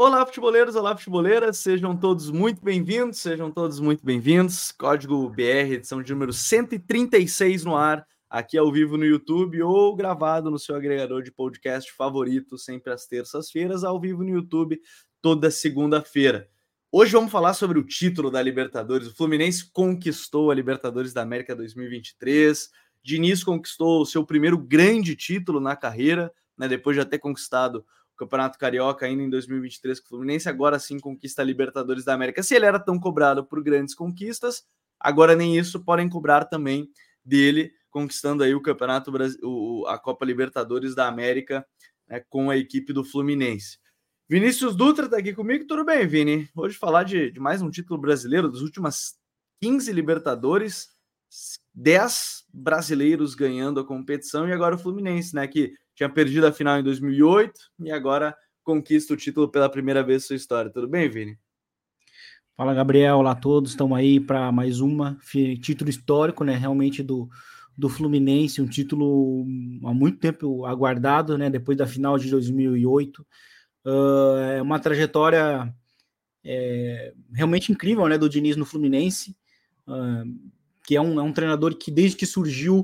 Olá, futeboleiras, sejam todos muito bem-vindos. Código BR, edição de número 136 no ar, aqui ao vivo no YouTube ou gravado no seu agregador de podcast favorito, sempre às terças-feiras, ao vivo no YouTube, toda segunda-feira. Hoje vamos falar sobre o título da Libertadores. O Fluminense conquistou a Libertadores da América 2023. Diniz conquistou o seu primeiro grande título na carreira, né, depois de já ter conquistado Campeonato Carioca ainda em 2023 com o Fluminense, agora sim conquista a Libertadores da América. Se ele era tão cobrado por grandes conquistas, agora nem isso podem cobrar também dele, conquistando aí o Campeonato a Copa Libertadores da América, né, com a equipe do Fluminense. Vinícius Dutra está aqui comigo, tudo bem, Vini? Hoje falar de mais um título brasileiro, das últimas 15 Libertadores, 10 brasileiros ganhando a competição e agora o Fluminense, né, que tinha perdido a final em 2008 e agora conquista o título pela primeira vez em sua história. Tudo bem, Vini? Fala, Gabriel. Olá a todos. Estamos aí para mais título histórico, né? Realmente do Fluminense, um título há muito tempo aguardado, né? Depois da final de 2008. É uma trajetória realmente incrível, né? Do Diniz no Fluminense, que é um treinador que desde que surgiu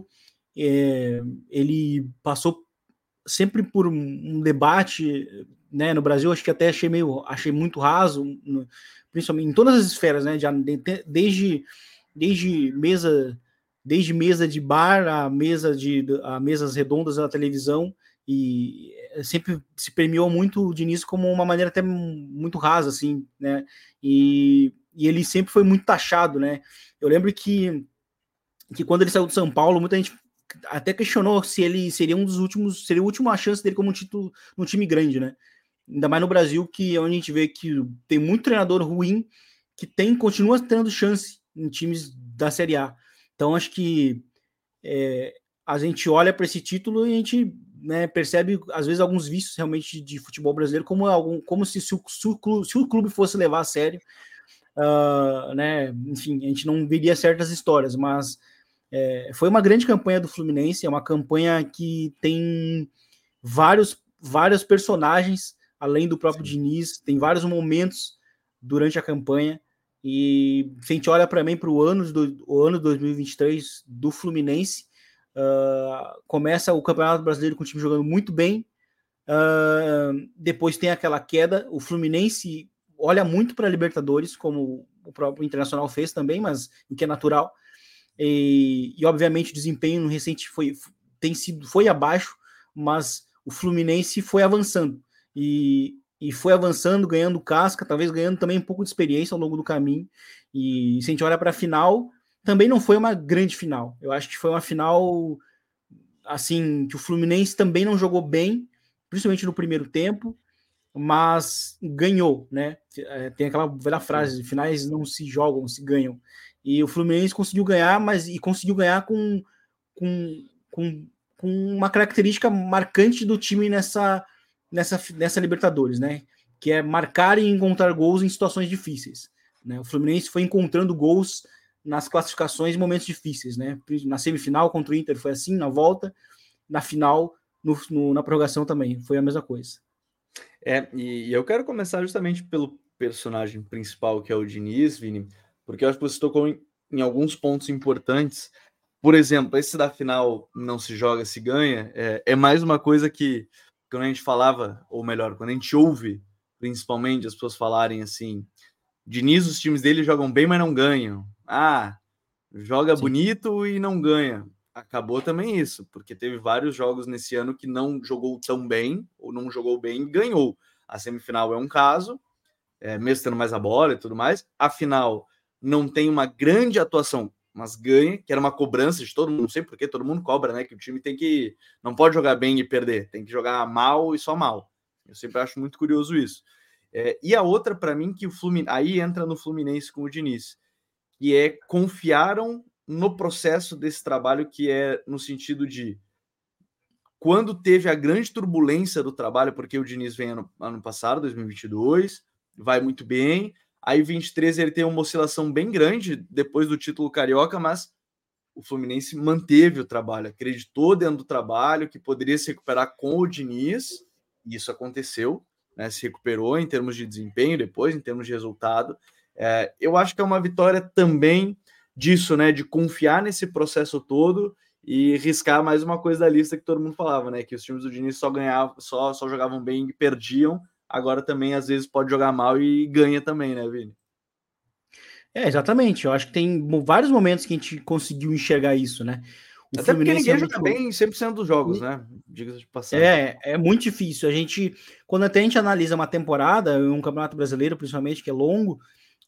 ele passou sempre por um debate, né, no Brasil. Acho que até achei muito raso, principalmente em todas as esferas, né, desde mesa de bar a mesas redondas da televisão, e sempre se premiou muito o Diniz como uma maneira até muito rasa, assim, né, e ele sempre foi muito taxado, né. Eu lembro que quando ele saiu do São Paulo, muita gente até questionou se ele seria seria a última chance dele como título num time grande, né? Ainda mais no Brasil, que é onde a gente vê que tem muito treinador ruim que continua tendo chance em times da Série A. Então acho que a gente olha para esse título e a gente, né, percebe às vezes alguns vícios realmente de futebol brasileiro, como se o clube fosse levar a sério, né? Enfim, a gente não veria certas histórias, mas foi uma grande campanha do Fluminense, é uma campanha que tem vários personagens, além do próprio Diniz, tem vários momentos durante a campanha, e se a gente olha para mim para o ano de 2023 do Fluminense, começa o Campeonato Brasileiro com o time jogando muito bem, depois tem aquela queda, o Fluminense olha muito para a Libertadores, como o próprio Internacional fez também, mas o que é natural, e obviamente o desempenho no recente foi abaixo, mas o Fluminense foi avançando e foi avançando, ganhando casca, talvez ganhando também um pouco de experiência ao longo do caminho. E se a gente olha para a final, também não foi uma grande final. Eu acho que foi uma final assim que o Fluminense também não jogou bem, principalmente no primeiro tempo, mas ganhou, né? Tem aquela velha frase: finais não se jogam, se ganham. E o Fluminense conseguiu ganhar, conseguiu ganhar com, com, com uma característica marcante do time nessa Libertadores, né? Que é marcar e encontrar gols em situações difíceis, né? O Fluminense foi encontrando gols nas classificações em momentos difíceis, né? Na semifinal contra o Inter foi assim, na volta, na final, na prorrogação também foi a mesma coisa. E eu quero começar justamente pelo personagem principal, que é o Diniz, Vini, porque eu acho que você tocou em alguns pontos importantes. Por exemplo, esse da final não se joga, se ganha, é mais uma coisa que quando a gente falava, ou melhor, quando a gente ouve, principalmente, as pessoas falarem assim, Diniz, os times dele jogam bem, mas não ganham. Joga Sim. bonito e não ganha. Acabou também isso, porque teve vários jogos nesse ano que não jogou tão bem, ou não jogou bem e ganhou. A semifinal é um caso, mesmo tendo mais a bola e tudo mais. A final não tem uma grande atuação, mas ganha, que era uma cobrança de todo mundo. Não sei porque todo mundo cobra, né? Que o time não pode jogar bem e perder, tem que jogar mal e só mal. Eu sempre acho muito curioso isso. E a outra, para mim, que o Fluminense, aí entra no Fluminense com o Diniz, que confiaram no processo desse trabalho, que é no sentido de quando teve a grande turbulência do trabalho, porque o Diniz vem ano passado, 2022, vai muito bem, aí 23 ele tem uma oscilação bem grande depois do título carioca, mas o Fluminense manteve o trabalho, acreditou dentro do trabalho que poderia se recuperar com o Diniz, e isso aconteceu, né, se recuperou em termos de desempenho depois, em termos de resultado. Eu acho que é uma vitória também disso, né, de confiar nesse processo todo e riscar mais uma coisa da lista que todo mundo falava, né, que os times do Diniz só ganhavam, só jogavam bem e perdiam, agora também às vezes pode jogar mal e ganha também, né, Vini? Exatamente. Eu acho que tem vários momentos que a gente conseguiu enxergar isso, né? O Até porque Fluminense ninguém realmente joga bem em 100% dos jogos, né? Diga-se de passagem. é muito difícil. Quando até a gente analisa uma temporada, um campeonato brasileiro, principalmente, que é longo,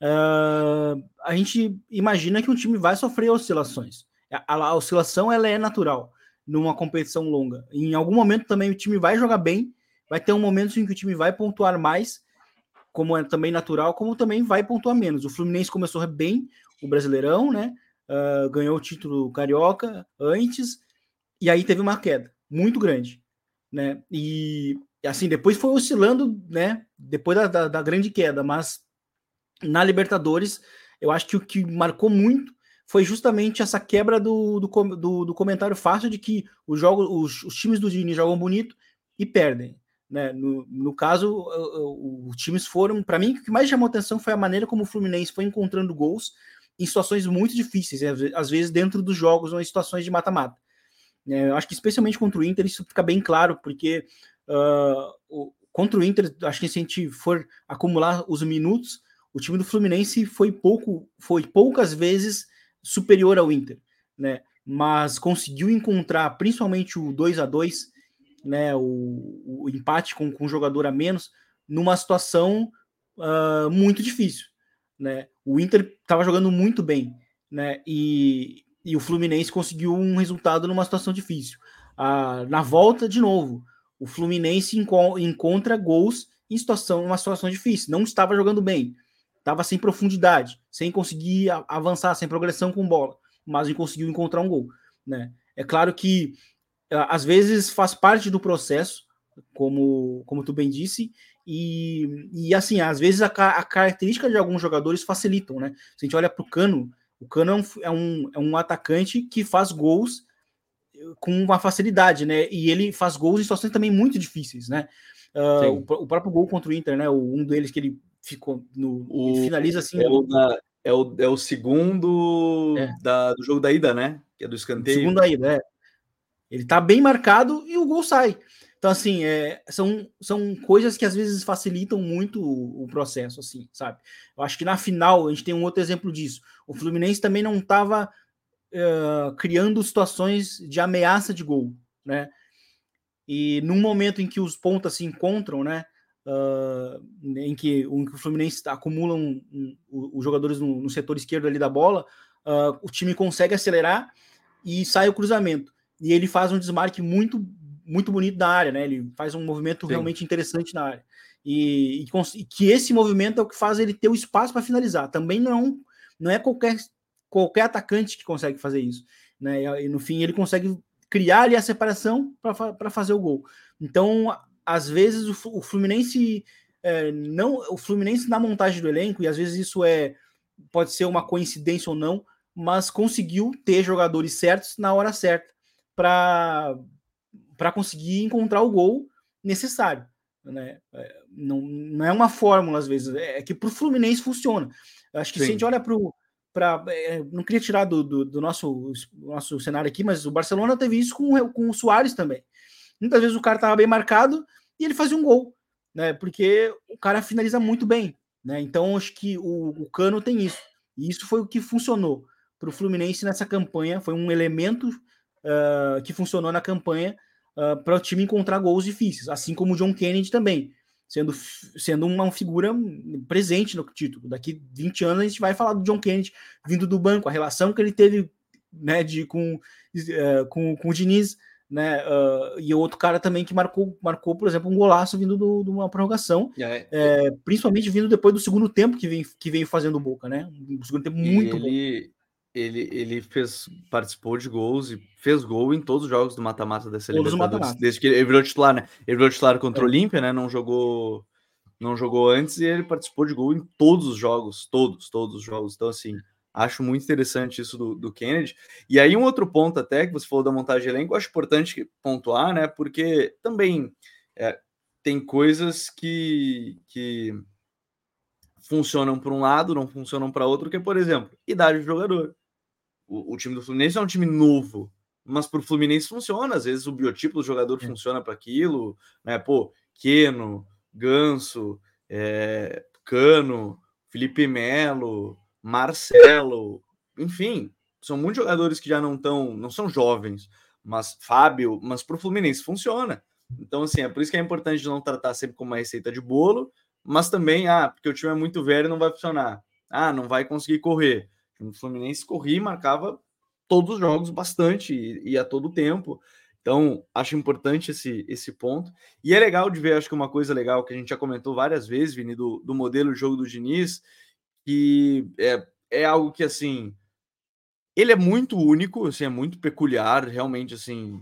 a gente imagina que um time vai sofrer oscilações. A oscilação ela é natural numa competição longa. Em algum momento também o time vai jogar bem, vai ter um momento em que o time vai pontuar mais, como é também natural, como também vai pontuar menos. O Fluminense começou bem o Brasileirão, né? Ganhou o título carioca antes, e aí teve uma queda muito grande, né? E assim, depois foi oscilando, né? Depois da grande queda, mas na Libertadores, eu acho que o que marcou muito foi justamente essa quebra do comentário fácil de que os times do Diniz jogam bonito e perdem. Né? No caso, os times foram, para mim, o que mais chamou atenção foi a maneira como o Fluminense foi encontrando gols em situações muito difíceis, às vezes dentro dos jogos ou em situações de mata-mata. Eu acho que especialmente contra o Inter isso fica bem claro, porque contra o Inter, acho que se a gente for acumular os minutos, o time do Fluminense foi poucas vezes superior ao Inter, né? Mas conseguiu encontrar, principalmente o 2-2, né? O empate com um jogador a menos, numa situação muito difícil, né? O Inter estava jogando muito bem, né? E o Fluminense conseguiu um resultado numa situação difícil. Na volta, de novo, o Fluminense encontra gols em uma situação difícil. Não estava jogando bem, estava sem profundidade, sem conseguir avançar, sem progressão com bola, mas conseguiu encontrar um gol, né? É claro que às vezes faz parte do processo, como tu bem disse, e assim, às vezes a característica de alguns jogadores facilitam, né? Se a gente olha para o Cano é um atacante que faz gols com uma facilidade, né? E ele faz gols em situações também muito difíceis, né? O próprio gol contra o Inter, né? Um deles que ele ficou ele finaliza assim. É o segundo do jogo da ida, né? Que é do escanteio. Segundo da ida, Ele tá bem marcado e o gol sai. Então, assim, são coisas que às vezes facilitam muito o processo, assim, sabe? Eu acho que na final a gente tem um outro exemplo disso. O Fluminense também não estava criando situações de ameaça de gol, né? E num momento em que os pontas se encontram, né? Em que o Fluminense acumula os jogadores no setor esquerdo ali da bola, o time consegue acelerar e sai o cruzamento. E ele faz um desmarque muito, muito bonito da área, né? Ele faz um movimento realmente interessante na área. E que esse movimento é o que faz ele ter o espaço para finalizar. Também não é qualquer atacante que consegue fazer isso, né? E no fim ele consegue criar ali a separação para fazer o gol. Então, às vezes o Fluminense o Fluminense na montagem do elenco, e às vezes isso pode ser uma coincidência ou não, mas conseguiu ter jogadores certos na hora certa para conseguir encontrar o gol necessário, né? Não é uma fórmula às vezes, é que para o Fluminense funciona. Eu acho que se a gente olha não queria tirar do nosso cenário aqui, mas o Barcelona teve isso com o Suárez também. Muitas vezes o cara estava bem marcado e ele fazia um gol, né? Porque o cara finaliza muito bem, né? Então acho que o Cano tem isso. E isso foi o que funcionou para o Fluminense nessa campanha. Foi um elemento que funcionou na campanha para o time encontrar gols difíceis, assim como o John Kennedy também, sendo uma figura presente no título. Daqui 20 anos a gente vai falar do John Kennedy vindo do banco, a relação que ele teve, né, com o Diniz, né, e outro cara também que marcou, por exemplo, um golaço vindo de uma prorrogação, principalmente vindo depois do segundo tempo que veio fazendo o Boca, né? Um segundo tempo muito bom. Ele participou de gols e fez gol em todos os jogos do mata-mata dessa Libertadores, desde que ele virou titular, né? Ele virou titular contra o Olímpia, né? Não jogou antes e ele participou de gol em todos os jogos, todos os jogos. Então, assim, acho muito interessante isso do Kennedy. E aí, um outro ponto até, que você falou da montagem de elenco, eu acho importante pontuar, né? Porque também tem coisas que funcionam para um lado, não funcionam para outro, que é, por exemplo, idade do jogador. O time do Fluminense é um time novo, mas para o Fluminense funciona. Às vezes o biotipo do jogador funciona para aquilo, né? Pô, Keno, Ganso, Cano, Felipe Melo, Marcelo, enfim, são muitos jogadores que já não são jovens, mas Fábio, mas para o Fluminense funciona. Então, assim, é por isso que é importante não tratar sempre como uma receita de bolo, mas também, porque o time é muito velho e não vai funcionar. Não vai conseguir correr. O Fluminense corria e marcava todos os jogos bastante e a todo tempo. Então, acho importante esse ponto. E é legal de ver, acho que uma coisa legal que a gente já comentou várias vezes, Vini, do modelo de jogo do Diniz, que é algo que, assim, ele é muito único, assim, é muito peculiar, realmente, assim,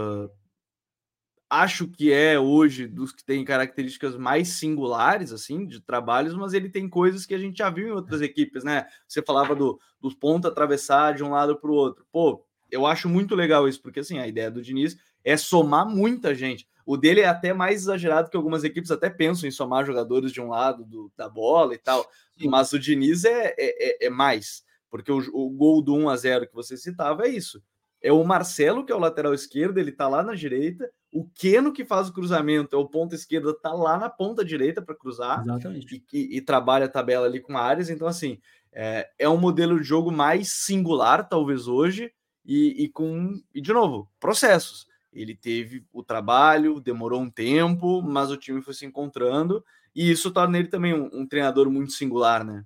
acho que é hoje dos que tem características mais singulares, assim, de trabalhos, mas ele tem coisas que a gente já viu em outras equipes, né? Você falava dos pontos atravessar de um lado para o outro. Pô, eu acho muito legal isso, porque, assim, a ideia do Diniz é somar muita gente. O dele é até mais exagerado, que algumas equipes até pensam em somar jogadores de um lado da bola e tal, sim, mas o Diniz é mais, porque o gol do 1-0 que você citava é isso. É o Marcelo, que é o lateral esquerdo, ele tá lá na direita. O Keno, que faz o cruzamento, é o ponta esquerda, tá lá na ponta direita para cruzar. Exatamente. E trabalha a tabela ali com áreas. Então, assim, é um modelo de jogo mais singular, talvez hoje, e de novo, processos. Ele teve o trabalho, demorou um tempo, mas o time foi se encontrando, e isso torna ele também um treinador muito singular, né?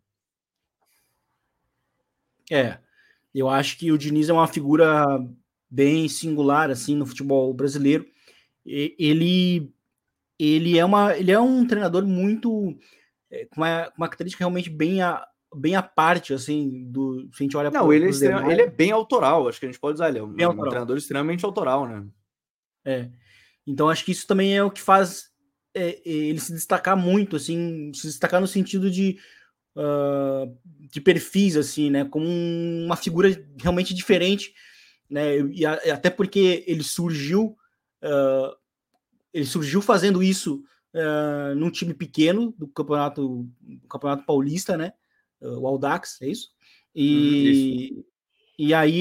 Eu acho que o Diniz é uma figura bem singular, assim, no futebol brasileiro. Ele é um treinador muito com uma característica realmente bem à parte, assim, se a gente olha Não, para os demais. Ele é bem autoral, acho que a gente pode usar, ele é um Autoral. treinador extremamente autoral, né? Então acho que isso também é o que faz ele se destacar muito, assim, se destacar no sentido de perfis, assim, né, como uma figura realmente diferente, né, e até porque ele surgiu fazendo isso num time pequeno do Campeonato Paulista, né, o Audax, é isso? Isso. E aí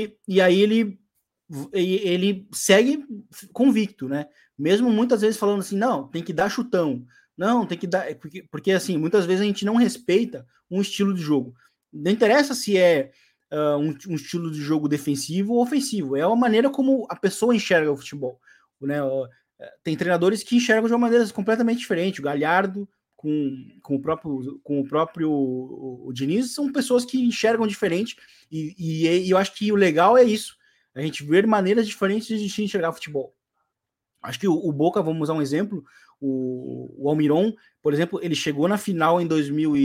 ele segue convicto, né? Mesmo muitas vezes falando assim, não, tem que dar chutão, não, tem que dar, porque assim, muitas vezes a gente não respeita um estilo de jogo. Não interessa se é um estilo de jogo defensivo ou ofensivo, é a maneira como a pessoa enxerga o futebol, né? Tem treinadores que enxergam de uma maneira completamente diferente. O Galhardo com o próprio o Diniz são pessoas que enxergam diferente e eu acho que o legal é isso, a gente ver maneiras diferentes de enxergar futebol. Acho que o Boca, vamos usar um exemplo, o Almiron, por exemplo, ele chegou na final em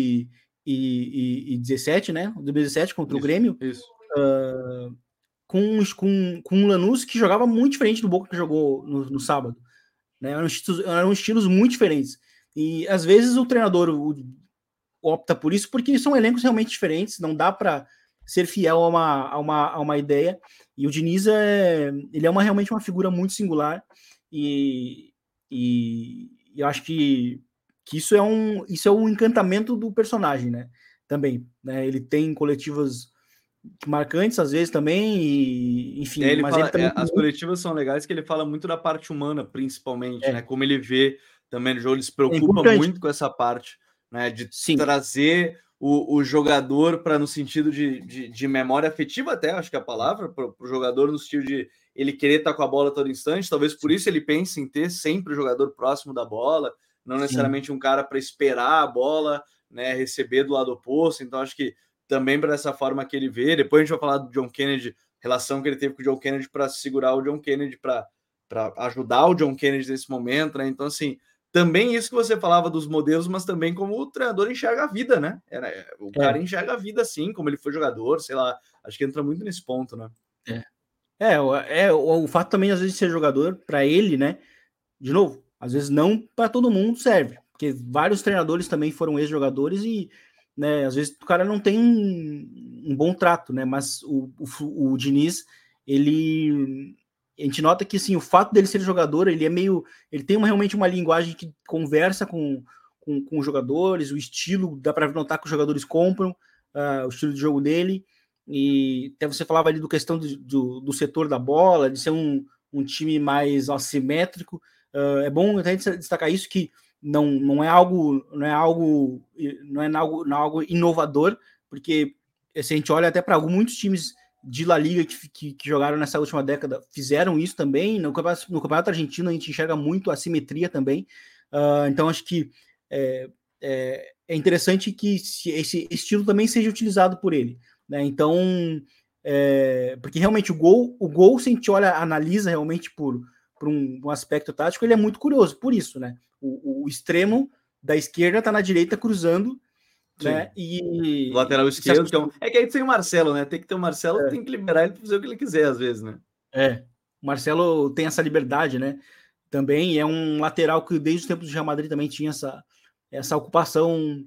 2017, né? 2017 contra o Grêmio, com um Lanús que jogava muito diferente do Boca que jogou no sábado. Né? Eram estilos muito diferentes. E às vezes o treinador opta por isso porque são elencos realmente diferentes, não dá para ser fiel a uma ideia. E o Diniz ele é realmente uma figura muito singular e eu acho que isso é um encantamento do personagem, né? Também, né? Ele tem coletivas marcantes às vezes também, e, enfim, ele mas fala, ele também as coletivas são legais, que ele fala muito da parte humana, principalmente, né? Como ele vê também no jogo, ele se preocupa muito com essa parte, né? De trazer o jogador para no sentido de memória afetiva, até acho que é a palavra, para o jogador, no sentido de ele querer estar com a bola todo instante. Talvez por isso ele pense em ter sempre o jogador próximo da bola, não necessariamente um cara para esperar a bola, né? Receber do lado oposto. Então acho que também para essa forma que ele vê. Depois a gente vai falar do John Kennedy, relação que ele teve com o John Kennedy para segurar o John Kennedy, para ajudar o John Kennedy nesse momento, né? Então, assim, também isso que você falava dos modelos, mas também como o treinador enxerga a vida, né? O cara enxerga a vida assim, como ele foi jogador, sei lá. Acho que entra muito nesse ponto, né? O fato também, às vezes, de ser jogador, para ele, né? De novo, às vezes não para todo mundo serve, porque vários treinadores também foram ex-jogadores e, né, às vezes o cara não tem um bom trato, né? Mas o Diniz, ele a gente nota que assim, o fato dele ser jogador, ele tem realmente uma linguagem que conversa com os jogadores, o estilo, dá para notar que os jogadores compram o estilo de jogo dele. E até você falava ali do questão do setor da bola, de ser um time mais assimétrico. É bom até destacar isso, que não é algo inovador, porque se a gente olha até para muitos times de La Liga que jogaram nessa última década, fizeram isso também. No campeonato argentino a gente enxerga muito a simetria também. Então acho que é interessante que esse estilo também seja utilizado por ele, né? Então, porque realmente o gol, se a gente analisa realmente por um aspecto tático, ele é muito curioso, por isso, né? O extremo da esquerda está na direita cruzando, sim, né? E lateral esquerdo, então, que aí tem o Marcelo, né? Tem que ter o Marcelo, tem que liberar ele para fazer o que ele quiser, às vezes, né? O Marcelo tem essa liberdade, né? Também é um lateral que desde os tempos do Real Madrid também tinha essa ocupação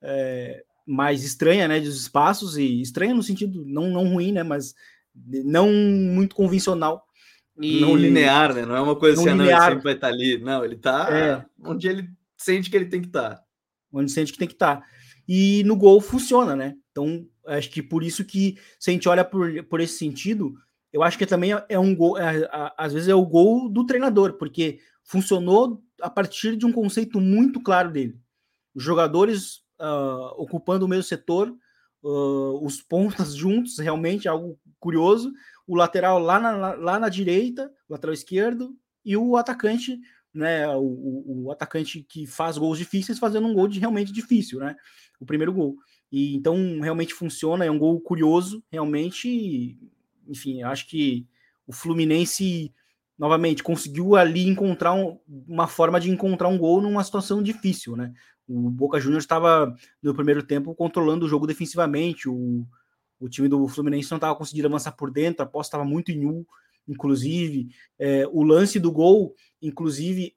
mais estranha, né, dos espaços, e estranha no sentido não ruim, né, mas não muito convencional. Não linear, né? Não é uma coisa assim, não, ele sempre vai estar ali. Não, ele está onde ele sente que ele tem que estar. Onde sente que tem que estar. E no gol funciona, né? Então, acho que por isso que, se a gente olha por esse sentido, eu acho que também é um gol, às vezes é o gol do treinador, porque funcionou a partir de um conceito muito claro dele. Os jogadores ocupando o mesmo setor, os pontas juntos, realmente algo curioso. O lateral lá na direita, lateral esquerdo, e o atacante, né? O atacante que faz gols difíceis fazendo um gol realmente difícil, né? O primeiro gol. E então realmente funciona, é um gol curioso, realmente. Enfim, eu acho que o Fluminense novamente conseguiu ali encontrar uma forma de encontrar um gol numa situação difícil, né? O Boca Juniors estava no primeiro tempo controlando o jogo defensivamente, o time do Fluminense não estava conseguindo avançar por dentro, a posse estava muito em U, inclusive. O lance do gol, inclusive,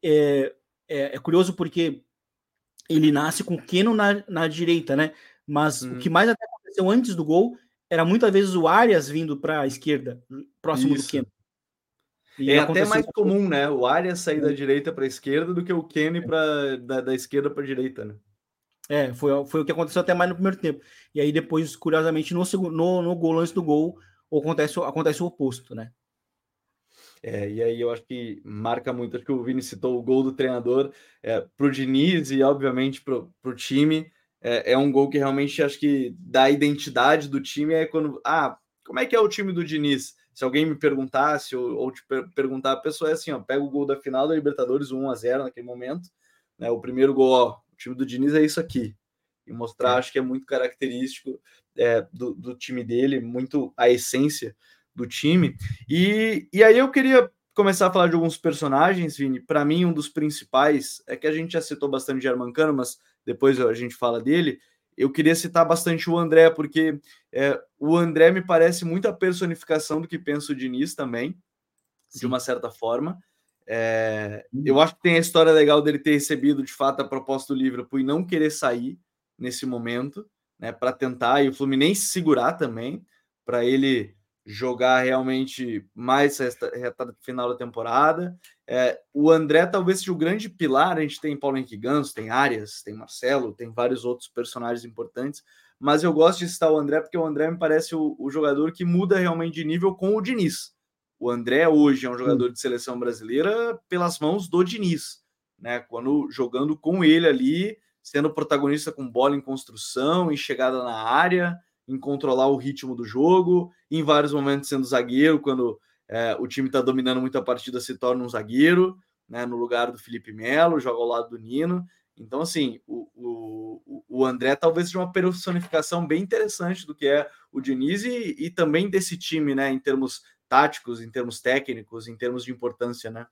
é curioso porque ele nasce com o Keno na direita, né? Mas o que mais até aconteceu antes do gol era muitas vezes o Arias vindo para a esquerda, próximo do Keno. E é até mais comum, né? O Arias sair da direita para a esquerda do que o Kenny da esquerda para a direita, né? Foi o que aconteceu até mais no primeiro tempo. E aí depois, curiosamente, no gol, lance do gol, acontece o oposto, né? E aí eu acho que marca muito, acho que o Vini citou o gol do treinador, para o Diniz e obviamente para o time, é um gol que realmente acho que dá a identidade do time, quando, como é que é o time do Diniz? Se alguém me perguntasse ou te perguntar, a pessoa é assim, pega o gol da final da Libertadores, 1-0 naquele momento, né, o primeiro gol, o time do Diniz é isso aqui, e mostrar, acho que é muito característico do time dele, muito a essência do time. E aí eu queria começar a falar de alguns personagens, Vini. Para mim, um dos principais é que a gente já citou bastante Germán Cano, mas depois a gente fala dele. Eu queria citar bastante o André, porque o André me parece muito a personificação do que pensa o Diniz também, de uma certa forma. Eu acho que tem a história legal dele ter recebido, de fato, a proposta do Liverpool e não querer sair nesse momento, né, para tentar, e o Fluminense segurar também, para ele jogar realmente mais esta reta final da temporada. O André talvez seja o grande pilar. A gente tem Paulo Henrique Ganso, tem Arias, tem Marcelo, tem vários outros personagens importantes, mas eu gosto de citar o André porque o André me parece o jogador que muda realmente de nível com o Diniz. O André hoje é um jogador de seleção brasileira pelas mãos do Diniz, né? Quando jogando com ele ali, sendo protagonista com bola em construção, em chegada na área, em controlar o ritmo do jogo, em vários momentos sendo zagueiro, quando o time está dominando muito a partida, se torna um zagueiro, né, no lugar do Felipe Melo, joga ao lado do Nino. Então, assim, o André talvez seja uma personificação bem interessante do que é o Diniz e também desse time, né, em termos táticos, em termos técnicos, em termos de importância, né?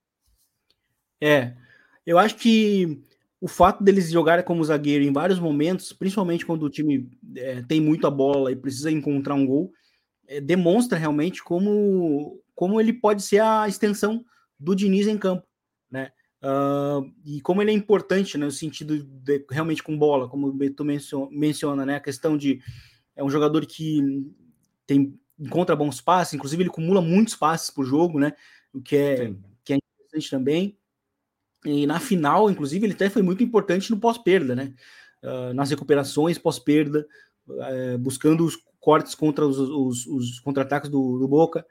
Eu acho que o fato deles jogarem como zagueiro em vários momentos, principalmente quando o time tem muita bola e precisa encontrar um gol, demonstra realmente como ele pode ser a extensão do Diniz em campo, né? E como ele é importante, né, no sentido de realmente com bola, como tu menciona, né? A questão de um jogador que tem encontra bons passes, inclusive ele acumula muitos passes por jogo, né? O que é interessante também. E na final, inclusive, ele até foi muito importante no pós-perda, né? Nas recuperações pós-perda, buscando os cortes contra os contra-ataques do Boca.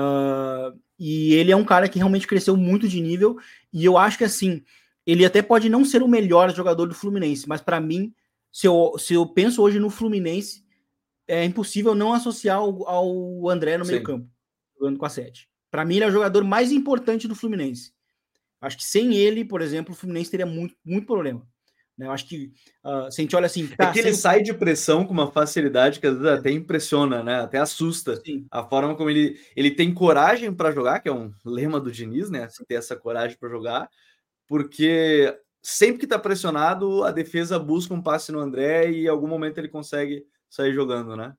E ele é um cara que realmente cresceu muito de nível. E eu acho que, assim, ele até pode não ser o melhor jogador do Fluminense, mas para mim, se eu penso hoje no Fluminense, é impossível não associar ao André no meio-campo, jogando com a 7. Para mim, ele é o jogador mais importante do Fluminense. Acho que sem ele, por exemplo, o Fluminense teria muito, muito problema. Né? Eu acho que se a gente olha assim... Tá, é que ele sai de pressão com uma facilidade que às vezes até impressiona, né? Até assusta. Sim. A forma como ele tem coragem para jogar, que é um lema do Diniz, né? Ter essa coragem para jogar, porque sempre que está pressionado, a defesa busca um passe no André e em algum momento ele consegue sair jogando, né?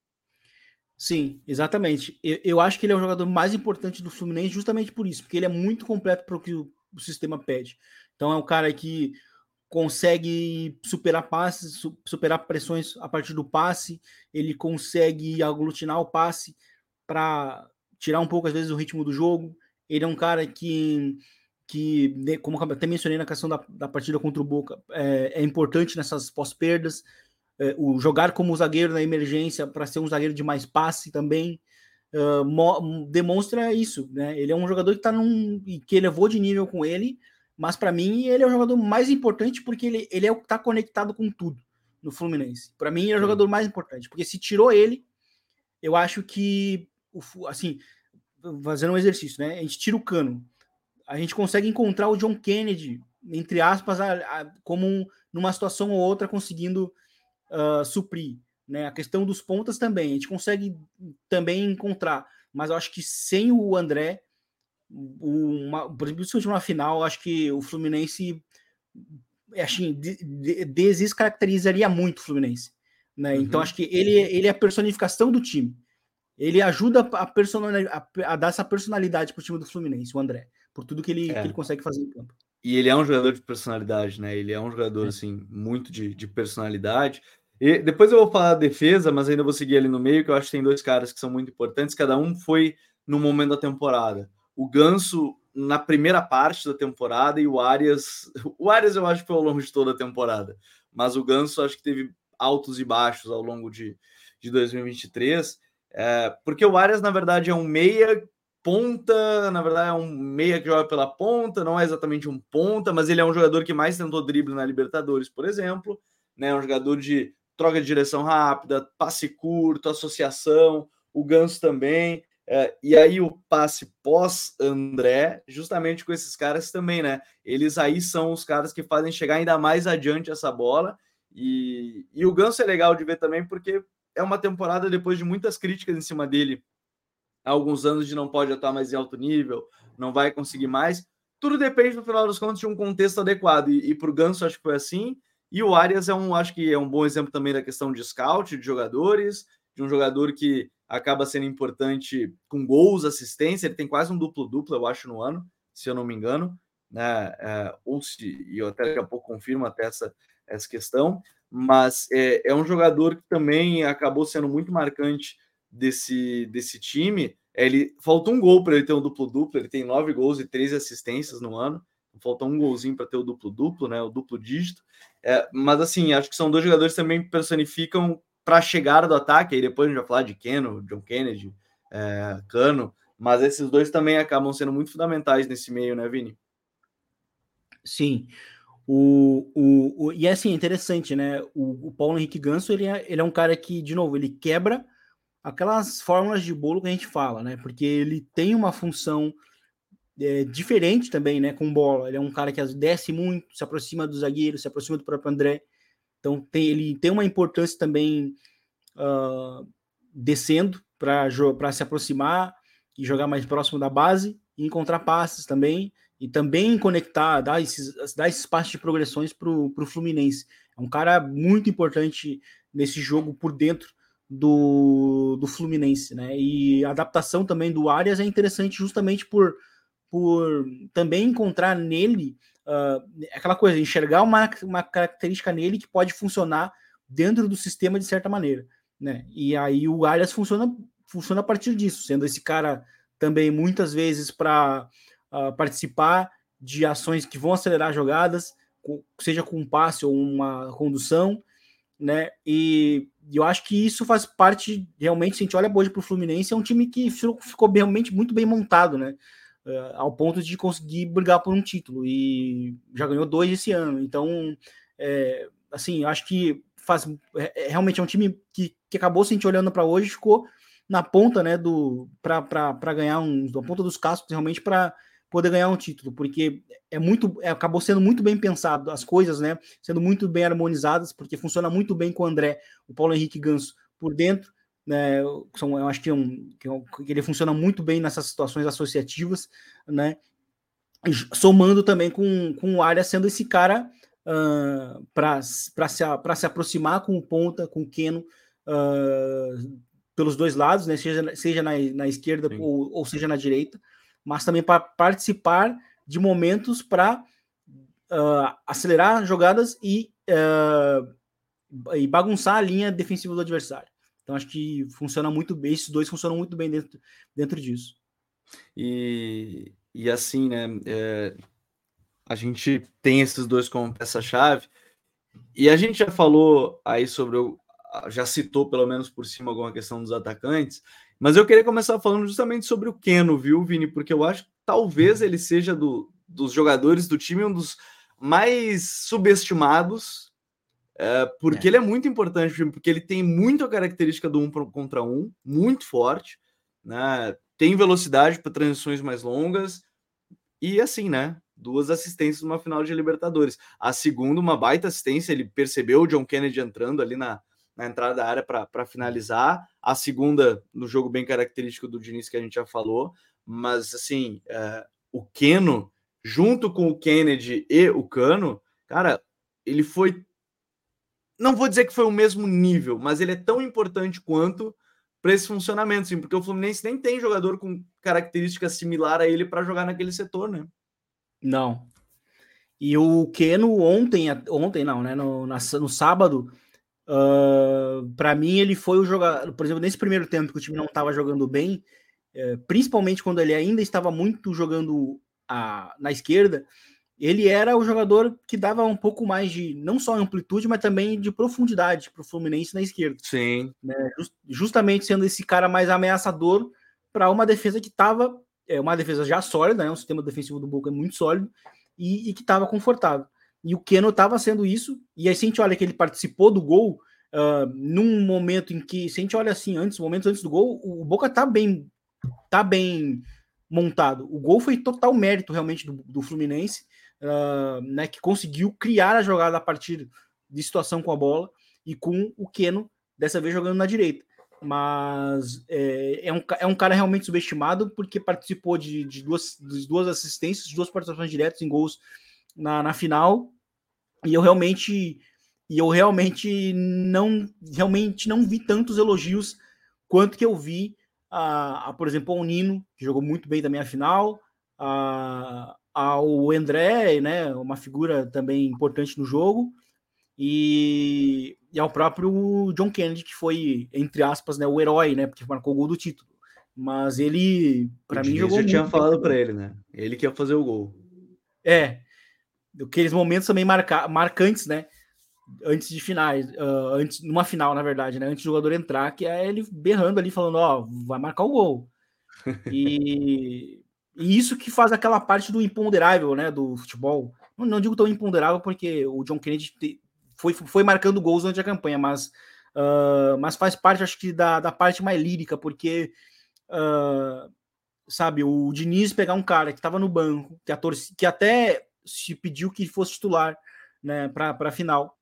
Sim, exatamente. Eu acho que ele é o jogador mais importante do Fluminense justamente por isso, porque ele é muito completo para o que o sistema pede. Então é um cara que consegue superar passes, superar pressões a partir do passe, ele consegue aglutinar o passe para tirar um pouco, às vezes, o ritmo do jogo. Ele é um cara que como eu até mencionei na questão da partida contra o Boca, é importante nessas pós-perdas, o jogar como zagueiro na emergência para ser um zagueiro de mais passe também, demonstra isso, né? Ele é um jogador que tá que elevou de nível com ele, mas para mim ele é o jogador mais importante porque ele é o que está conectado com tudo no Fluminense. Para mim ele é o jogador mais importante, porque se tirou ele, eu acho que, assim, fazendo um exercício, né? A gente tira o Cano, a gente consegue encontrar o John Kennedy, entre aspas, como numa situação ou outra conseguindo suprir, né? A questão dos pontas também, a gente consegue também encontrar, mas eu acho que sem o André, por exemplo, se uma final, acho que o Fluminense assim, descaracterizaria muito o Fluminense, né? Então acho que ele é a personificação do time. Ele ajuda a dar essa personalidade para o time do Fluminense, o André, por tudo que ele consegue fazer em campo. E ele é um jogador de personalidade, né? Ele é um jogador, assim, muito de personalidade. E depois eu vou falar da defesa, mas ainda vou seguir ali no meio, que eu acho que tem dois caras que são muito importantes, cada um foi no momento da temporada. O Ganso na primeira parte da temporada e o Arias eu acho que foi ao longo de toda a temporada, mas o Ganso acho que teve altos e baixos ao longo de 2023, porque o Arias, na verdade, é um meia ponta, na verdade é um meia que joga pela ponta, não é exatamente um ponta, mas ele é um jogador que mais tentou drible na Libertadores, por exemplo, né? Um jogador de troca de direção rápida, passe curto, associação, o Ganso também, e aí o passe pós-André, justamente com esses caras também, né? Eles aí são os caras que fazem chegar ainda mais adiante essa bola, e o Ganso é legal de ver também, porque é uma temporada depois de muitas críticas em cima dele, há alguns anos de não pode atuar mais em alto nível, não vai conseguir mais. Tudo depende, no final dos contos, de um contexto adequado. E para o Ganso, acho que foi assim. E o Arias acho que é um bom exemplo também da questão de scout, de jogadores, de um jogador que acaba sendo importante com gols, assistência. Ele tem quase um duplo-duplo, eu acho, no ano, se eu não me engano. Né? E eu até daqui a pouco confirmo até essa questão. Mas é um jogador que também acabou sendo muito marcante desse time. Ele faltou um gol para ele ter um duplo-duplo, ele tem 9 gols e 13 assistências no ano, faltou um golzinho para ter o duplo-duplo, né, o duplo dígito, mas assim, acho que são dois jogadores que também personificam para a chegada do ataque, aí depois a gente vai falar de Keno, John Kennedy, Cano, mas esses dois também acabam sendo muito fundamentais nesse meio, né, Vini? Sim. E é assim, interessante, né? O Paulo Henrique Ganso, ele é um cara que, de novo, ele quebra aquelas fórmulas de bolo que a gente fala, né? Porque ele tem uma função diferente também, né? Com bola. Ele é um cara que desce muito, se aproxima do zagueiro, se aproxima do próprio André. Então ele tem uma importância também descendo para se aproximar e jogar mais próximo da base e encontrar passes também e também conectar, dar esses passos de progressões para o Fluminense. É um cara muito importante nesse jogo por dentro do Fluminense, né? E a adaptação também do Arias é interessante justamente por também encontrar nele aquela coisa, enxergar uma característica nele que pode funcionar dentro do sistema de certa maneira, né? E aí o Arias funciona funciona a partir disso, sendo esse cara também muitas vezes para participar de ações que vão acelerar jogadas, seja com um passe ou uma condução, né? E eu acho que isso faz parte, realmente, se a gente olha hoje para o Fluminense, é um time que ficou realmente muito bem montado, né? Ao ponto de conseguir brigar por um título, e já ganhou 2 esse ano. Então, assim, eu acho que realmente é um time que acabou, se a gente olhando para hoje, ficou na ponta, né, para ganhar na ponta dos cascos, realmente, para poder ganhar um título, porque acabou sendo muito bem pensado, as coisas, né, sendo muito bem harmonizadas, porque funciona muito bem com o André, o Paulo Henrique Ganso por dentro, né, eu acho que ele funciona muito bem nessas situações associativas, né, somando também com o Arias sendo esse cara para se aproximar com o ponta, com o Keno, pelos dois lados, né, seja na esquerda ou seja na direita, mas também para participar de momentos para acelerar jogadas e bagunçar a linha defensiva do adversário. Então acho que funciona muito bem, esses dois funcionam muito bem dentro disso. E assim, né, a gente tem esses dois como peça-chave, e a gente já falou aí já citou pelo menos por cima alguma questão dos atacantes, mas eu queria começar falando justamente sobre o Keno, viu, Vini? Porque eu acho que talvez ele seja dos jogadores do time um dos mais subestimados, porque ele é muito importante, porque ele tem muita característica do 1 contra 1, muito forte, né? Tem velocidade para transições mais longas, e assim, né? 2 assistências numa final de Libertadores. A segunda, uma baita assistência, ele percebeu o John Kennedy entrando ali na entrada da área para finalizar. A segunda, no jogo bem característico do Diniz, que a gente já falou. Mas, assim, o Keno, junto com o Kennedy e o Cano, cara, ele foi... Não vou dizer que foi o mesmo nível, mas ele é tão importante quanto para esse funcionamento, sim, porque o Fluminense nem tem jogador com característica similar a ele para jogar naquele setor, né? Não. E o Keno ontem não, né? No sábado, para mim ele foi o jogador, por exemplo, nesse primeiro tempo que o time não estava jogando bem, principalmente quando ele ainda estava muito jogando na esquerda, ele era o jogador que dava um pouco mais de, não só amplitude, mas também de profundidade para o Fluminense na esquerda. Sim. Né? Justamente sendo esse cara mais ameaçador para uma defesa que estava, uma defesa já sólida, né? O sistema defensivo do Boca é muito sólido, e que estava confortável. E o Keno estava sendo isso, e aí se a gente olha que ele participou do gol, num momento em que, se a gente olha assim, momentos antes do gol, o Boca tá bem montado. O gol foi total mérito realmente do Fluminense, né, que conseguiu criar a jogada a partir de situação com a bola, e com o Keno dessa vez jogando na direita. Mas é um cara realmente subestimado, porque participou de duas assistências, 2 participações diretas em gols na final, e eu realmente não vi tantos elogios quanto que eu vi por exemplo, ao Nino, que jogou muito bem também a final, ao André, né, uma figura também importante no jogo, e ao próprio John Kennedy, que foi, entre aspas, né, o herói, né, porque marcou o gol do título. Mas ele, para mim, jogou já muito. Tinha falado para ele, né? Ele que ia fazer o gol. Aqueles momentos também marcantes, né? Antes de finais, numa final, na verdade, né? Antes do jogador entrar, que é ele berrando ali, falando, vai marcar o gol. E isso que faz aquela parte do imponderável, né? Do futebol. Não digo tão imponderável, porque o John Kennedy foi marcando gols durante a campanha, mas faz parte, acho que, da parte mais lírica, porque sabe, o Diniz pegar um cara que estava no banco, que até se pediu que fosse titular, né, para a final,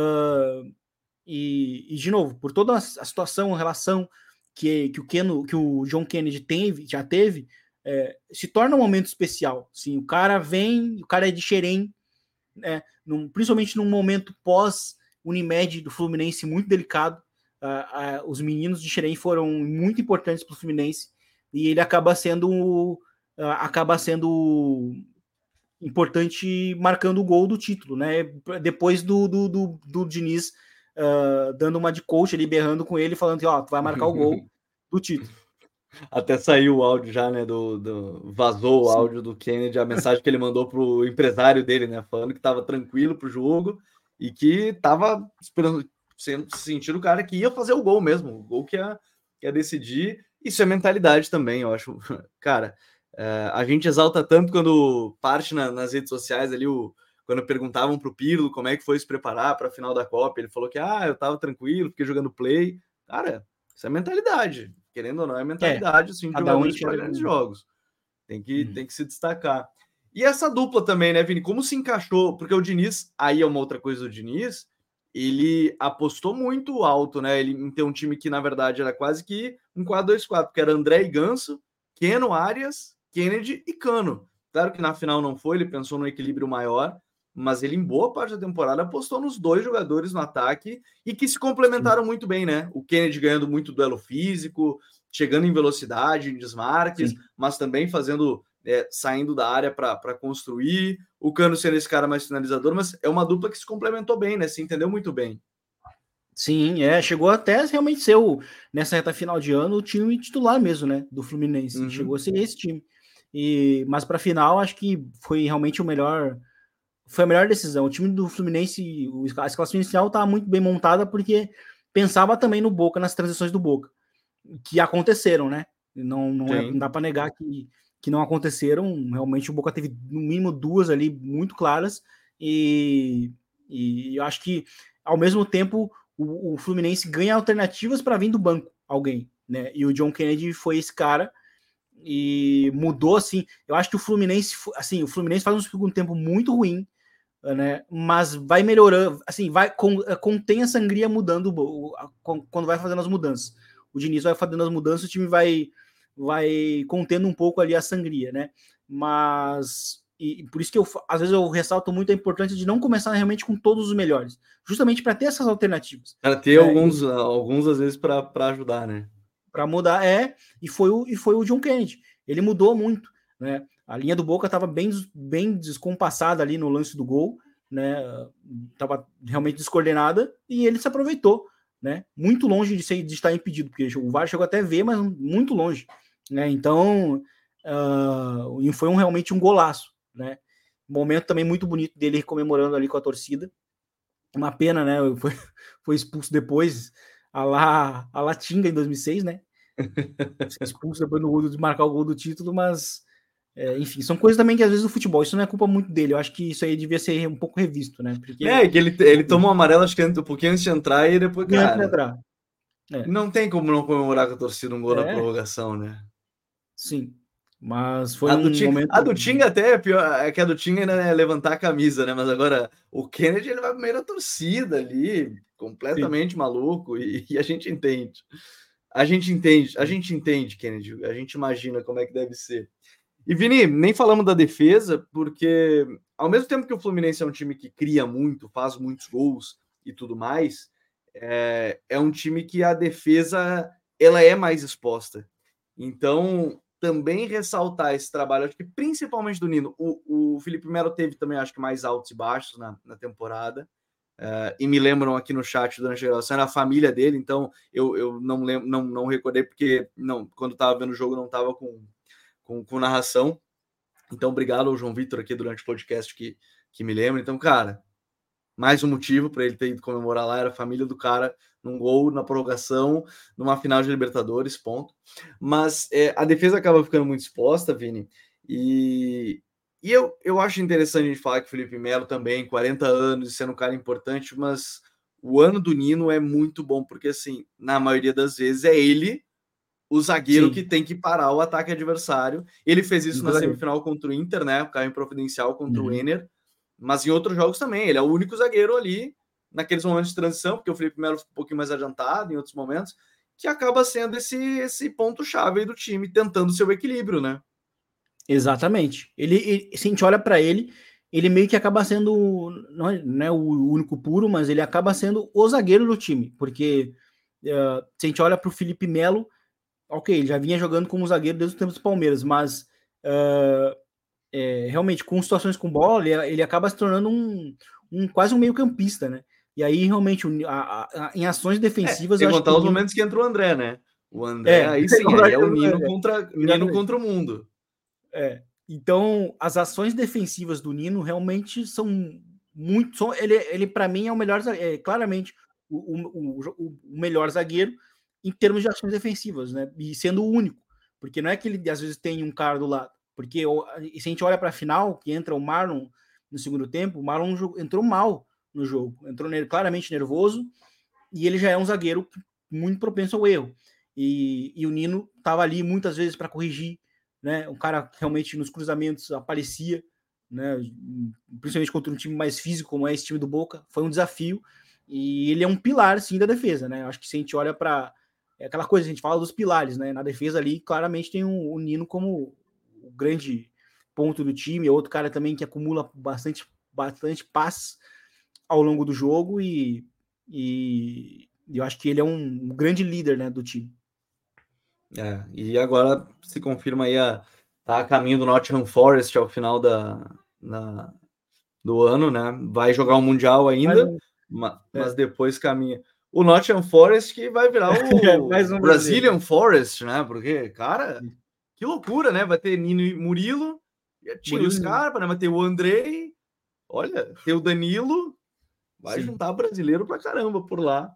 e de novo, por toda a situação, a relação que o John Kennedy já teve, se torna um momento especial. Sim, o cara é de Xerém, né, principalmente num momento pós Unimed do Fluminense muito delicado. Os meninos de Xerém foram muito importantes para o Fluminense, e ele acaba sendo importante marcando o gol do título, né? Depois do Diniz dando uma de coach ali, berrando com ele, falando que tu vai marcar o gol do título. Até saiu o áudio já, né? Vazou o Sim. áudio do Kennedy, a mensagem que ele mandou pro empresário dele, né? Falando que estava tranquilo pro jogo e que estava esperando, sentindo o cara que ia fazer o gol mesmo, o gol que ia decidir. Isso é mentalidade também, eu acho. Cara, a gente exalta tanto quando parte nas redes sociais ali, quando perguntavam pro Pirlo como é que foi se preparar para a final da Copa, ele falou que eu estava tranquilo, fiquei jogando play. Cara, isso é mentalidade. Querendo ou não, é mentalidade assim, de Cada um jogadores para enxerga. grandes jogos. Tem que se destacar. E essa dupla também, né, Vini? Como se encaixou? Porque o Diniz, aí é uma outra coisa do Diniz, ele apostou muito alto, né? Ele em ter um time que, na verdade, era quase que um 4-2-4, porque era André e Ganso, Keno, Arias, Kennedy e Cano. Claro que na final não foi, ele pensou no equilíbrio maior, mas ele, em boa parte da temporada, apostou nos dois jogadores no ataque e que se complementaram muito bem, né? O Kennedy ganhando muito duelo físico, chegando em velocidade, em desmarques, mas também saindo da área para construir. O Cano sendo esse cara mais finalizador, mas é uma dupla que se complementou bem, né? Se entendeu muito bem. Sim, chegou até realmente ser nessa reta final de ano o time titular mesmo, né, do Fluminense. Chegou a ser esse time. Mas para a final, acho que foi realmente foi a melhor decisão. O time do Fluminense, a escalação inicial estava muito bem montada porque pensava também no Boca, nas transições do Boca, que aconteceram, né? Não dá para negar que não aconteceram. Realmente o Boca teve no mínimo duas ali muito claras e eu acho que ao mesmo tempo o Fluminense ganha alternativas para vir do banco alguém, né? E o John Kennedy foi esse cara e mudou assim. Eu acho que o Fluminense faz um segundo tempo muito ruim, né? Mas vai melhorando, assim, contém a sangria mudando quando vai fazendo as mudanças. O Diniz vai fazendo as mudanças, o time vai contendo um pouco ali a sangria, né? Mas por isso que às vezes eu ressalto muito a importância de não começar realmente com todos os melhores, justamente para ter essas alternativas. Para ter alguns às vezes para ajudar, né? Para mudar e foi o John Kennedy. Ele mudou muito, né? A linha do Boca estava bem descompassada ali no lance do gol, né? Tava realmente descoordenada e ele se aproveitou, né? Muito longe de estar impedido, porque o VAR chegou até a ver, mas muito longe, né? Então, foi realmente um golaço, né? Momento também muito bonito dele comemorando ali com a torcida. Uma pena, né? Foi expulso depois, a la Tinga em 2006, né? Expulso depois no gol de marcar o gol do título, mas enfim, são coisas também que às vezes o futebol, isso não é culpa muito dele. Eu acho que isso aí devia ser um pouco revisto, né? Porque que ele tomou um amarelo, acho que um pouquinho antes de entrar e depois, cara. Não tem como não comemorar com a torcida um gol na prorrogação, né? Sim. Mas foi momento. A do Tinga até é pior, é que a do Tinga ainda é levantar a camisa, né? Mas agora o Kennedy ele vai primeiro a torcida ali, completamente maluco, e a gente entende. A gente entende, Kennedy. A gente imagina como é que deve ser. E Vini, nem falamos da defesa, porque ao mesmo tempo que o Fluminense é um time que cria muito, faz muitos gols e tudo mais, é um time que a defesa ela é mais exposta. Então, também ressaltar esse trabalho, acho que principalmente do Nino. O Felipe Melo teve também, acho que mais altos e baixos na temporada. E me lembram aqui no chat durante a gravação, era a família dele, então eu não lembro, não recordei, porque quando estava vendo o jogo não estava com narração. Então, obrigado ao João Vitor aqui durante o podcast que me lembra. Então, cara, mais um motivo para ele ter ido comemorar lá, era a família do cara num gol, na prorrogação, numa final de Libertadores, ponto. Mas a defesa acaba ficando muito exposta, Vini, e eu acho interessante a gente falar que o Felipe Melo também, 40 anos, sendo um cara importante, mas o ano do Nino é muito bom, porque, assim, na maioria das vezes é ele o zagueiro que tem que parar o ataque adversário. Ele fez isso na semifinal contra o Inter, né? O carro providencial contra o Enner, mas em outros jogos também. Ele é o único zagueiro ali, naqueles momentos de transição, porque o Felipe Melo ficou um pouquinho mais adiantado em outros momentos, que acaba sendo esse ponto-chave aí do time, tentando seu equilíbrio, né? Exatamente. Se a gente olha para ele meio que acaba sendo, não é o único puro, mas ele acaba sendo o zagueiro do time, porque se a gente olha para o Felipe Melo, ok, ele já vinha jogando como zagueiro desde o tempo do Palmeiras, mas realmente, com situações com bola, ele acaba se tornando quase um meio campista, né? E aí, realmente, em ações defensivas... Sem contar os momentos que entra o André, né? O André, aí sim, aí é o Nino contra o mundo. Então, as ações defensivas do Nino realmente são muito... Ele para mim, é o melhor, claramente o melhor zagueiro em termos de ações defensivas, né? E sendo o único. Porque não é que ele, às vezes, tem um cara do lado. Porque se a gente olha para a final, que entra o Marlon no segundo tempo, o Marlon entrou mal no jogo. Entrou claramente nervoso, e ele já é um zagueiro muito propenso ao erro. E o Nino estava ali muitas vezes para corrigir, né? O cara realmente nos cruzamentos aparecia, né? Principalmente contra um time mais físico, como é esse time do Boca. Foi um desafio, e ele é um pilar, sim, da defesa, né? Acho que se a gente olha para aquela coisa, a gente fala dos pilares, né? Na defesa ali, claramente tem o Nino como o grande ponto do time, outro cara também que acumula bastante passes ao longo do jogo, e eu acho que ele é um grande líder, né, do time. E agora se confirma aí tá a caminho do Nottingham Forest ao final do ano, né? Vai jogar o Mundial ainda, mas depois caminha. O Nottingham Forest que vai virar o Brazilian Forest, né? Porque, cara, que loucura, né? Vai ter Nino e Murilo, tinha o Scarpa, né? Vai ter o Andrei, olha, tem o Danilo, vai juntar brasileiro pra caramba por lá.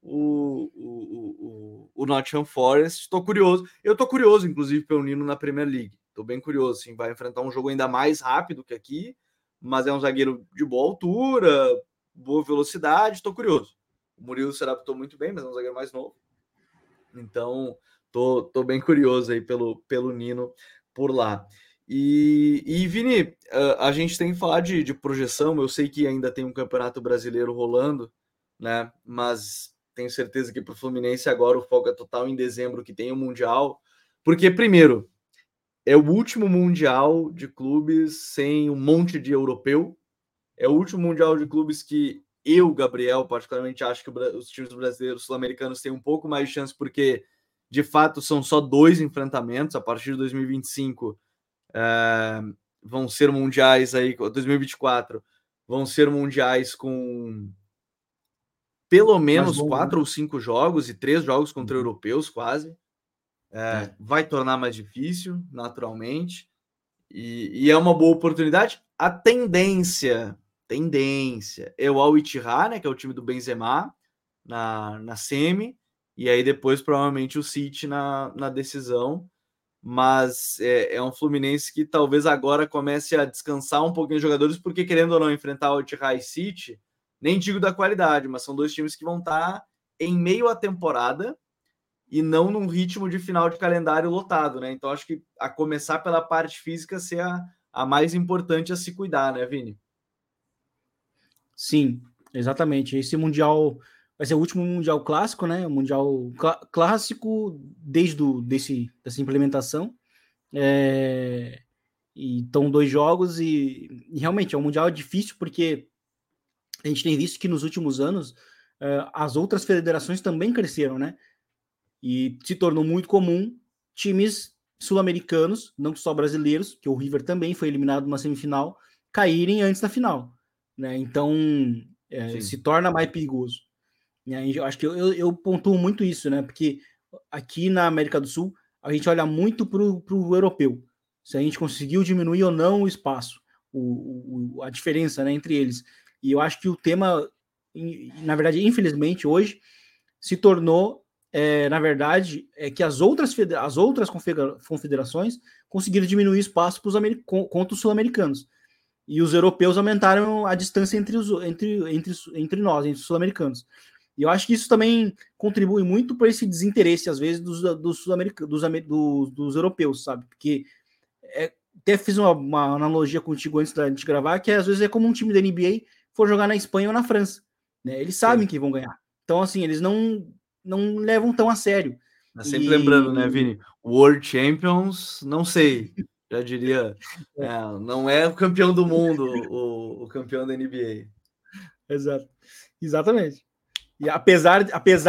O Nottingham Forest, eu tô curioso, inclusive, pelo Nino na Premier League, tô bem curioso, assim, vai enfrentar um jogo ainda mais rápido que aqui, mas é um zagueiro de boa altura, boa velocidade, tô curioso. O Murilo se adaptou muito bem, mas é um zagueiro mais novo, então tô bem curioso aí pelo Nino por lá. E Vini, a gente tem que falar de projeção, eu sei que ainda tem um campeonato brasileiro rolando, né, mas tenho certeza que para o Fluminense agora o foco é total em dezembro, que tem o Mundial, porque primeiro, é o último Mundial de clubes sem um monte de europeu, é o último Mundial de clubes que eu, Gabriel, particularmente acho que os times brasileiros sul-americanos têm um pouco mais de chance, porque de fato são só 2 enfrentamentos, a partir de 2025 vão ser mundiais aí, 2024 vão ser mundiais com pelo menos 4 ou 5 jogos e 3 jogos contra europeus quase. Vai tornar mais difícil, naturalmente, e é uma boa oportunidade. A tendência é o Al Ittihad, né, que é o time do Benzema na semi, e aí depois provavelmente o City na decisão, mas é um Fluminense que talvez agora comece a descansar um pouquinho os jogadores, porque querendo ou não enfrentar o Ittihad e City, nem digo da qualidade, mas são 2 times que vão estar em meio à temporada e não num ritmo de final de calendário lotado, né? Então acho que a começar pela parte física ser a mais importante a se cuidar, né, Vini? Sim, exatamente. Esse Mundial vai ser o último Mundial clássico, né? O Mundial clássico dessa implementação. Então, 2 jogos e realmente é um Mundial difícil, porque a gente tem visto que nos últimos anos as outras federações também cresceram, né? E se tornou muito comum times sul-americanos, não só brasileiros, que o River também foi eliminado numa semifinal, caírem antes da final, né? Então se torna mais perigoso. Eu acho que eu pontuo muito isso, né? Porque aqui na América do Sul a gente olha muito para o europeu, se a gente conseguiu diminuir ou não o espaço, a diferença, né, entre eles. E eu acho que o tema, na verdade, infelizmente, hoje se tornou, na verdade, que as outras confederações conseguiram diminuir espaço contra os sul-americanos. E os europeus aumentaram a distância entre nós, entre os sul-americanos. E eu acho que isso também contribui muito para esse desinteresse, às vezes, dos europeus, sabe? Porque até fiz uma analogia contigo antes da gente gravar, que às vezes é como um time da NBA for jogar na Espanha ou na França, né? Eles sabem que vão ganhar. Então, assim, eles não levam tão a sério. Mas sempre lembrando, né, Vini? World Champions, não sei. Já diria, não é o campeão do mundo, o campeão da NBA. Exatamente. E apesar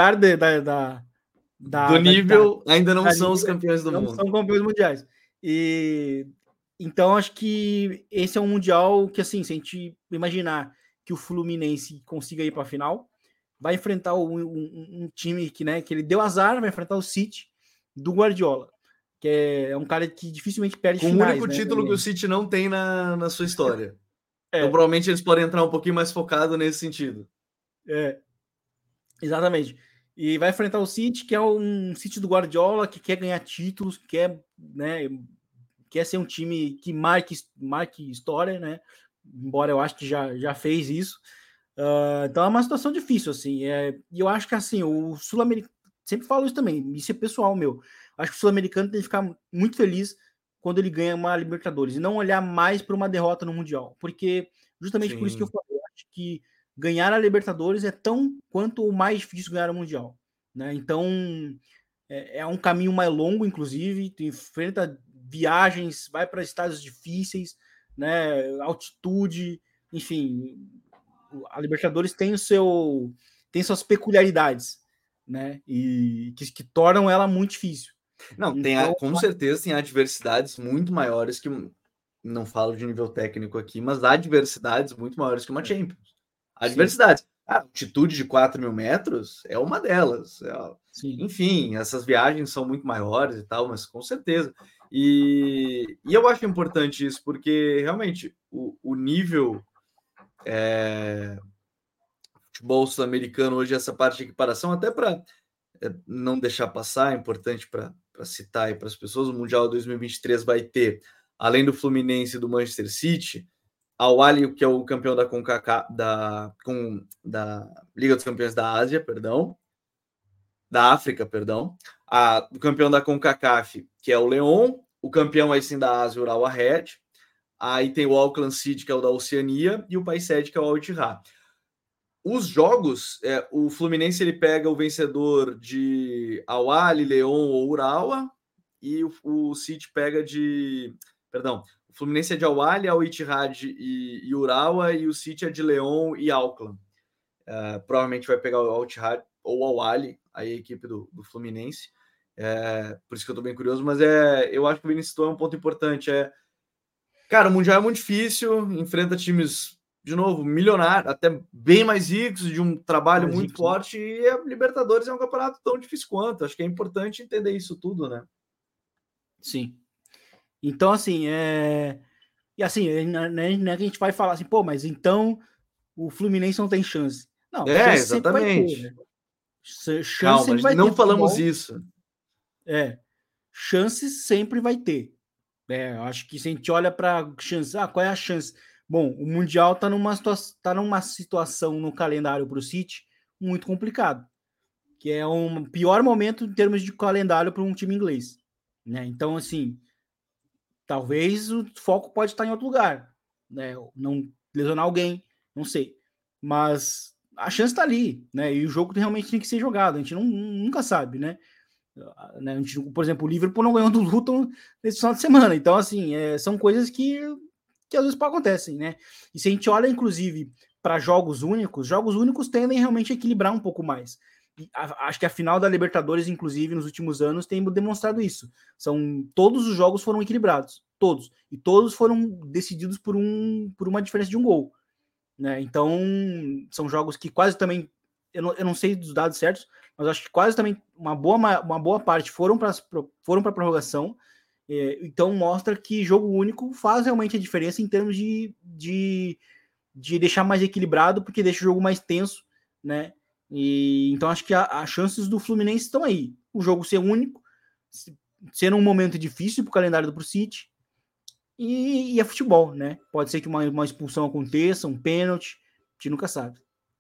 do nível, ainda não são os campeões do mundo. Não são campeões mundiais. E então acho que esse é um mundial que, assim, se a gente imaginar que o Fluminense consiga ir para a final, vai enfrentar um time que ele deu azar, vai enfrentar o City, do Guardiola, que é um cara que dificilmente perde com finais. Com o único título que o City não tem na sua história. Então, É, provavelmente, eles podem entrar um pouquinho mais focado nesse sentido. Exatamente. E vai enfrentar o City, que é um City do Guardiola, que quer ganhar títulos, quer ser um time que marque história, né? Embora eu acho que já fez isso. Então é uma situação difícil, assim. E eu acho que assim, o Sul-Americano, sempre falo isso também, isso é pessoal meu. Acho que o Sul-Americano tem que ficar muito feliz quando ele ganha uma Libertadores e não olhar mais para uma derrota no Mundial. Porque, justamente por isso que eu falei, eu acho que ganhar a Libertadores é tão quanto o mais difícil ganhar o Mundial. Né? Então, é um caminho mais longo, inclusive, tu enfrenta viagens, vai para estados difíceis, né? Altitude, enfim, a Libertadores tem suas peculiaridades, né? E que tornam ela muito difícil. Não, então, com certeza tem adversidades muito maiores que, não falo de nível técnico aqui, mas há adversidades muito maiores que uma Champions. Adversidades. A altitude de 4.000 metros é uma delas. Enfim, essas viagens são muito maiores e tal, mas com certeza. E eu acho importante isso, porque realmente o nível futebol sul-americano hoje, essa parte de equiparação, até para não deixar passar, é importante para citar aí para as pessoas, o Mundial 2023 vai ter, além do Fluminense e do Manchester City, Al Ahly, que é o campeão da CONCACAF, da Liga dos Campeões da Ásia, perdão, da África, perdão, o campeão da CONCACAF, que é o León, o campeão aí sim da Ásia, o Urawa Red, aí tem o Auckland City, que é o da Oceania, e o país sede, que é o Al Ittihad. Os jogos, o Fluminense ele pega o vencedor de Al Ahly, León ou Urawa, e o City pega Perdão, o Fluminense é de Al Ahly, Al Ittihad e Urawa, e o City é de León e Auckland. Provavelmente vai pegar o Al Ittihad ou Al Ahly, aí a equipe do Fluminense. Por isso que eu tô bem curioso, mas eu acho que o Vinícius é um ponto importante. Cara, o Mundial é muito difícil, enfrenta times, de novo, milionários, até bem mais ricos, de um trabalho muito forte, e a Libertadores é um campeonato tão difícil quanto. Acho que é importante entender isso tudo, né? Sim. Então, assim, E assim, né, a gente vai falar assim, pô, mas então o Fluminense não tem chance. Não, chance sempre vai ter, né? Chance Calma, sempre vai ter. não falamos isso. Chance sempre vai ter. Acho que se a gente olha para chance, qual é a chance? Bom, o Mundial está numa situação no calendário para o City muito complicado, que é um pior momento em termos de calendário para um time inglês. Né? Então, assim, talvez o foco pode estar em outro lugar, né? Não lesionar alguém, não sei. Mas a chance está ali, né? E o jogo realmente tem que ser jogado. A gente nunca sabe, né? A gente, por exemplo, o Liverpool não ganhou do Luton nesse final de semana. Então, assim, são coisas que às vezes acontecem, né? E se a gente olha, inclusive, para jogos únicos tendem realmente a equilibrar um pouco mais. Acho que a final da Libertadores, inclusive, nos últimos anos, tem demonstrado isso. Todos os jogos foram equilibrados, todos. E todos foram decididos por uma diferença de um gol. Né? Então, são jogos que quase também, eu não sei dos dados certos, mas acho que quase também uma boa parte foram para a prorrogação. Então, mostra que jogo único faz realmente a diferença em termos de deixar mais equilibrado, porque deixa o jogo mais tenso, né? Então acho que as chances do Fluminense estão aí. O jogo ser único, sendo um momento difícil para o calendário do City, e é futebol, né? Pode ser que uma expulsão aconteça, um pênalti, a gente nunca sabe.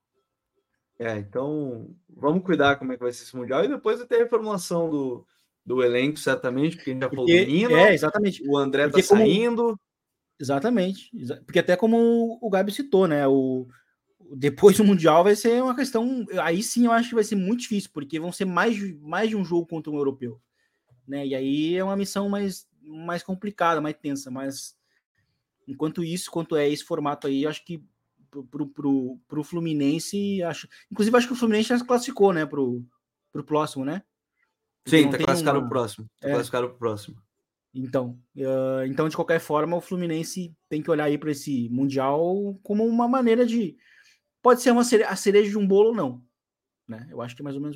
Então vamos cuidar como é que vai ser esse Mundial, e depois vai ter a reformulação do elenco, certamente, porque a gente já falou do Nino, exatamente. o André tá saindo. Exatamente. Porque até como o Gabi citou, né? Depois do Mundial vai ser uma questão. Aí sim eu acho que vai ser muito difícil, porque vão ser mais de um jogo contra um europeu. Né? E aí é uma missão mais complicada, mais tensa. Mas enquanto é esse formato aí, acho que pro Fluminense, inclusive acho que o Fluminense já se classificou, né? Pro próximo, né? Porque sim, tá classificado pro próximo. Classificado pro próximo. Então, de qualquer forma, o Fluminense tem que olhar aí para esse Mundial como uma maneira de. Pode ser a cereja de um bolo ou não. Né? Eu acho que é mais ou menos por aí.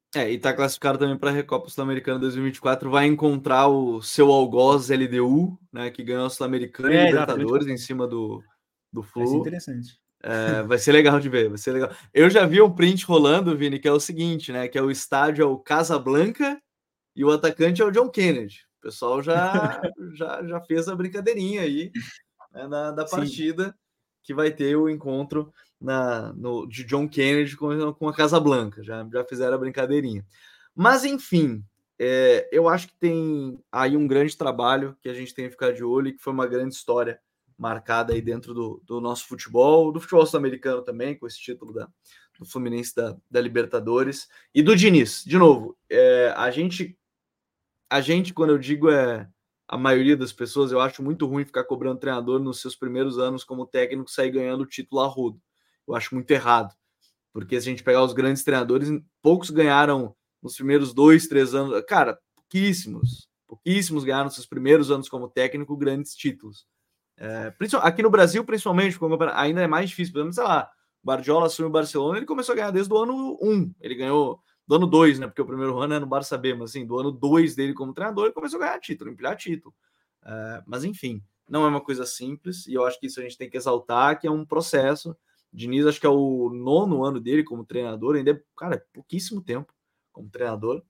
E tá classificado também para a Recopa Sul-Americana 2024, vai encontrar o seu algoz LDU, né, que ganhou a Sul-Americana e Exato, Libertadores em cima do vai ser Flu. interessante. Vai ser legal de ver, vai ser legal. Eu já vi um print rolando, Vini, que é o seguinte, né, que é o estádio é o Casablanca e o atacante é o John Kennedy. O pessoal já fez a brincadeirinha aí, né, da Sim. partida, que vai ter o encontro de John Kennedy com a Casablanca. Já fizeram a brincadeirinha. Mas, enfim, eu acho que tem aí um grande trabalho que a gente tem que ficar de olho e que foi uma grande história marcada aí dentro do nosso futebol, do futebol sul-americano também, com esse título do Fluminense da Libertadores. E do Diniz, de novo, a gente, quando eu digo a maioria das pessoas, eu acho muito ruim ficar cobrando treinador nos seus primeiros anos como técnico sair ganhando o título a rodo. Eu acho muito errado, porque se a gente pegar os grandes treinadores, poucos ganharam nos primeiros 2, 3 anos. Cara, pouquíssimos ganharam nos seus primeiros anos como técnico grandes títulos. Aqui no Brasil, principalmente, ainda é mais difícil. Por exemplo, sei lá, o Guardiola assumiu o Barcelona, ele começou a ganhar desde o ano 1. Ele ganhou do ano 2, né? Porque o primeiro ano é no Barça B, mas assim, do ano 2 dele como treinador, ele começou a ganhar título, empilhar título. Mas enfim, não é uma coisa simples, e eu acho que isso a gente tem que exaltar, que é um processo. Diniz, acho que é o 9º ano dele como treinador, ainda é, cara, pouquíssimo tempo como treinador.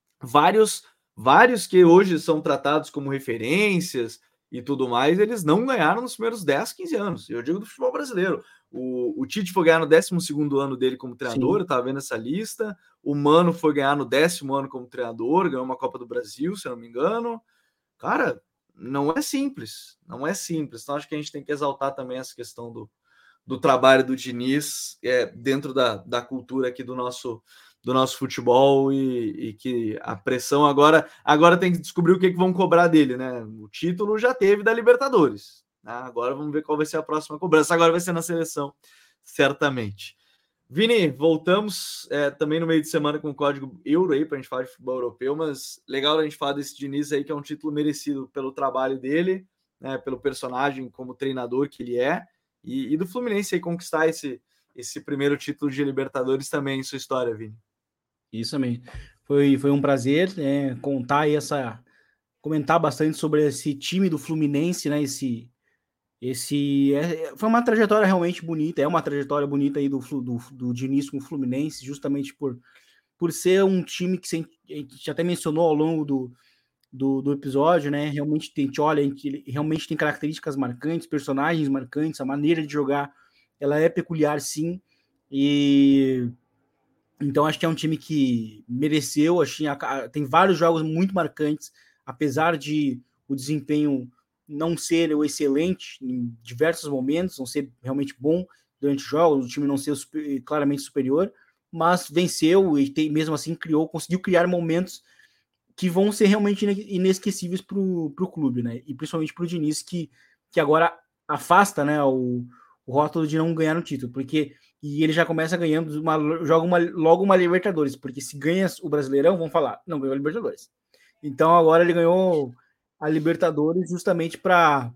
Vários que hoje são tratados como referências e tudo mais, eles não ganharam nos primeiros 10, 15 anos. Eu digo do futebol brasileiro. O Tite foi ganhar no 12º ano dele como treinador, eu estava vendo essa lista. O Mano foi ganhar no 10º ano como treinador, ganhou uma Copa do Brasil, se eu não me engano. Cara, não é simples. Não é simples. Então, acho que a gente tem que exaltar também essa questão do trabalho do Diniz dentro da cultura aqui do nosso futebol e que a pressão agora tem que descobrir o que vão cobrar dele, né? O título já teve da Libertadores, né? Agora vamos ver qual vai ser a próxima cobrança. Agora vai ser na seleção, certamente. Vini, voltamos também no meio de semana com o código Euro aí para a gente falar de futebol europeu, mas legal a gente falar desse Diniz aí, que é um título merecido pelo trabalho dele, né, pelo personagem como treinador que ele é, e do Fluminense aí conquistar esse primeiro título de Libertadores também em sua história, Vini. Isso também. Foi um prazer contar aí comentar bastante sobre esse time do Fluminense, né? Foi uma trajetória realmente bonita, é uma trajetória bonita aí do Diniz com o Fluminense, justamente por ser um time que a gente até mencionou ao longo do episódio, né? Realmente ele realmente tem características marcantes, personagens marcantes, a maneira de jogar, ela é peculiar, sim. E então acho que é um time que mereceu, tem vários jogos muito marcantes, apesar de o desempenho não ser o excelente em diversos momentos, não ser realmente bom durante os jogos, o time não ser claramente superior, mas venceu e mesmo assim conseguiu criar momentos que vão ser realmente inesquecíveis para o clube, né? E principalmente para o Diniz, que agora afasta, né, o rótulo de não ganhar um título, porque ele já começa ganhando logo uma Libertadores, porque se ganha o Brasileirão, vão falar, não ganhou a Libertadores. Então agora ele ganhou a Libertadores justamente para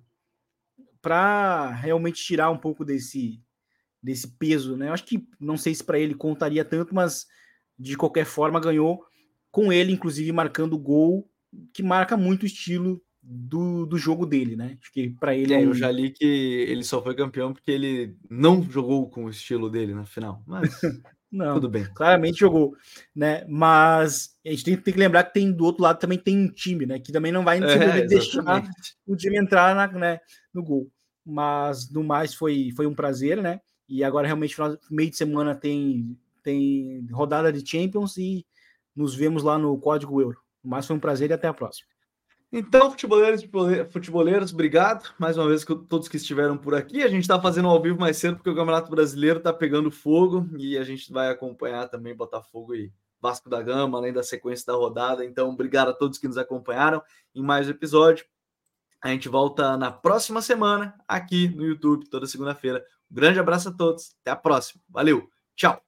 realmente tirar um pouco desse peso, né? Eu acho que não sei se para ele contaria tanto, mas de qualquer forma ganhou com ele, inclusive, marcando o gol que marca muito o estilo do jogo dele, né? Acho que para ele eu já li que ele só foi campeão porque ele não jogou com o estilo dele na final, mas não, tudo bem. claramente jogou, né? Mas a gente tem que lembrar que do outro lado também tem um time, né? Que também não vai simplesmente deixar o time entrar no gol. Mas no mais foi um prazer, né? E agora realmente meio de semana tem rodada de Champions e nos vemos lá no Código Euro. Mas foi um prazer e até a próxima. Então, futeboleiros, obrigado mais uma vez todos que estiveram por aqui. A gente está fazendo ao vivo mais cedo porque o Campeonato Brasileiro está pegando fogo e a gente vai acompanhar também Botafogo e Vasco da Gama, além da sequência da rodada. Então, obrigado a todos que nos acompanharam em mais um episódio. A gente volta na próxima semana aqui no YouTube, toda segunda-feira. Um grande abraço a todos. Até a próxima. Valeu. Tchau.